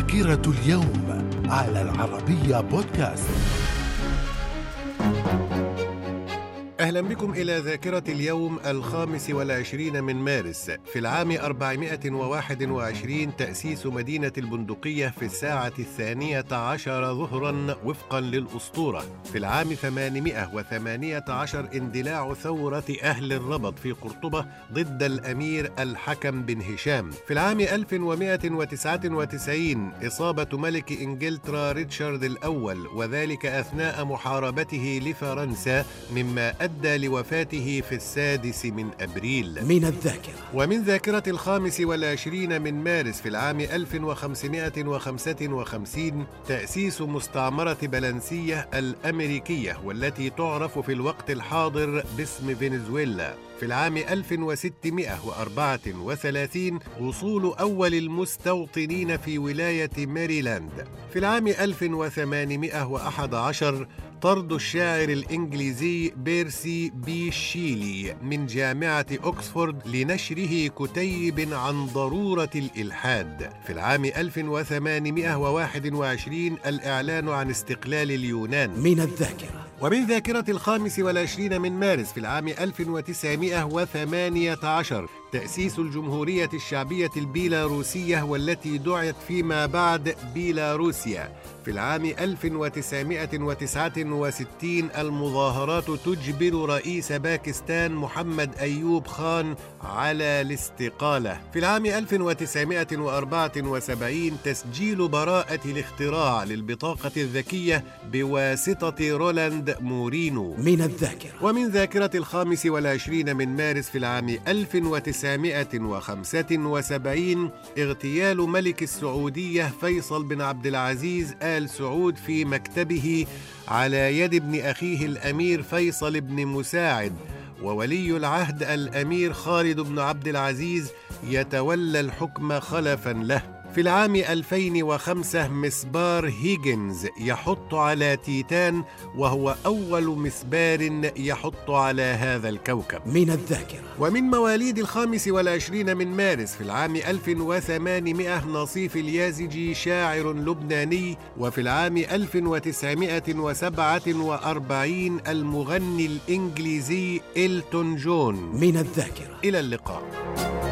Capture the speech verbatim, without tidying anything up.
ذاكرة اليوم على العربية بودكاست. أهلا بكم إلى ذاكرة اليوم الخامس والعشرين من مارس. في العام أربعمائة وواحد وعشرين تأسيس مدينة البندقية في الساعة الثانية عشر ظهرا وفقا للأسطورة. في العام ثمانمائة وثمانية عشر اندلاع ثورة أهل الربط في قرطبة ضد الأمير الحكم بن هشام. في العام ألف ومائة وتسعة وتسعين إصابة ملك إنجلترا ريتشارد الأول، وذلك أثناء محاربته لفرنسا، مما أدى لوفاته في السادس من أبريل. من الذاكرة. ومن ذاكرة الخامس والعشرين من مارس في العام ألف وخمسمائة وخمسة وخمسين تأسيس مستعمرة بلنسية الأمريكية، والتي تعرف في الوقت الحاضر باسم فنزويلا. في العام ألف وستمائة وأربعة وثلاثين وصول أول المستوطنين في ولاية ماريلاند. في العام ألف وثمانمائة وأحد عشر طرد الشاعر الإنجليزي بيرسي بي شيلي من جامعة أكسفورد لنشره كتيب عن ضرورة الإلحاد. في العام ألف وثمانمائة وواحد وعشرين الإعلان عن استقلال اليونان. من الذاكرة. ومن ذاكرة الخامس والعشرين من مارس في العام ألف وتسعمائة وثمانية عشر تأسيس الجمهورية الشعبية البيلاروسية، والتي دعت فيما بعد بيلاروسيا. في العام ألف وتسعمائة وتسعة وستين المظاهرات تجبر رئيس باكستان محمد أيوب خان على الاستقالة. في العام ألف وتسعمائة وأربعة وسبعين تسجيل براءة الاختراع للبطاقة الذكية بواسطة رولاند مورينو. من الذاكرة. ومن ذاكرة الخامس والعشرين من مارس في العام ألف وتسعمائة وخمسة وسبعين اغتيال ملك السعودية فيصل بن عبد العزيز آل سعود في مكتبه على يد ابن أخيه الأمير فيصل بن مساعد، وولي العهد الأمير خالد بن عبد العزيز يتولى الحكم خلفا له. في العام ألفين وخمسة مسبار هيجنز يحط على تيتان، وهو أول مسبار يحط على هذا الكوكب. من الذاكرة. ومن مواليد الخامس والعشرين من مارس في العام ألف وثمانمائة نصيف اليازجي شاعر لبناني. وفي العام ألف وتسعمائة وسبعة وأربعين المغني الإنجليزي إلتون جون. من الذاكرة. إلى اللقاء.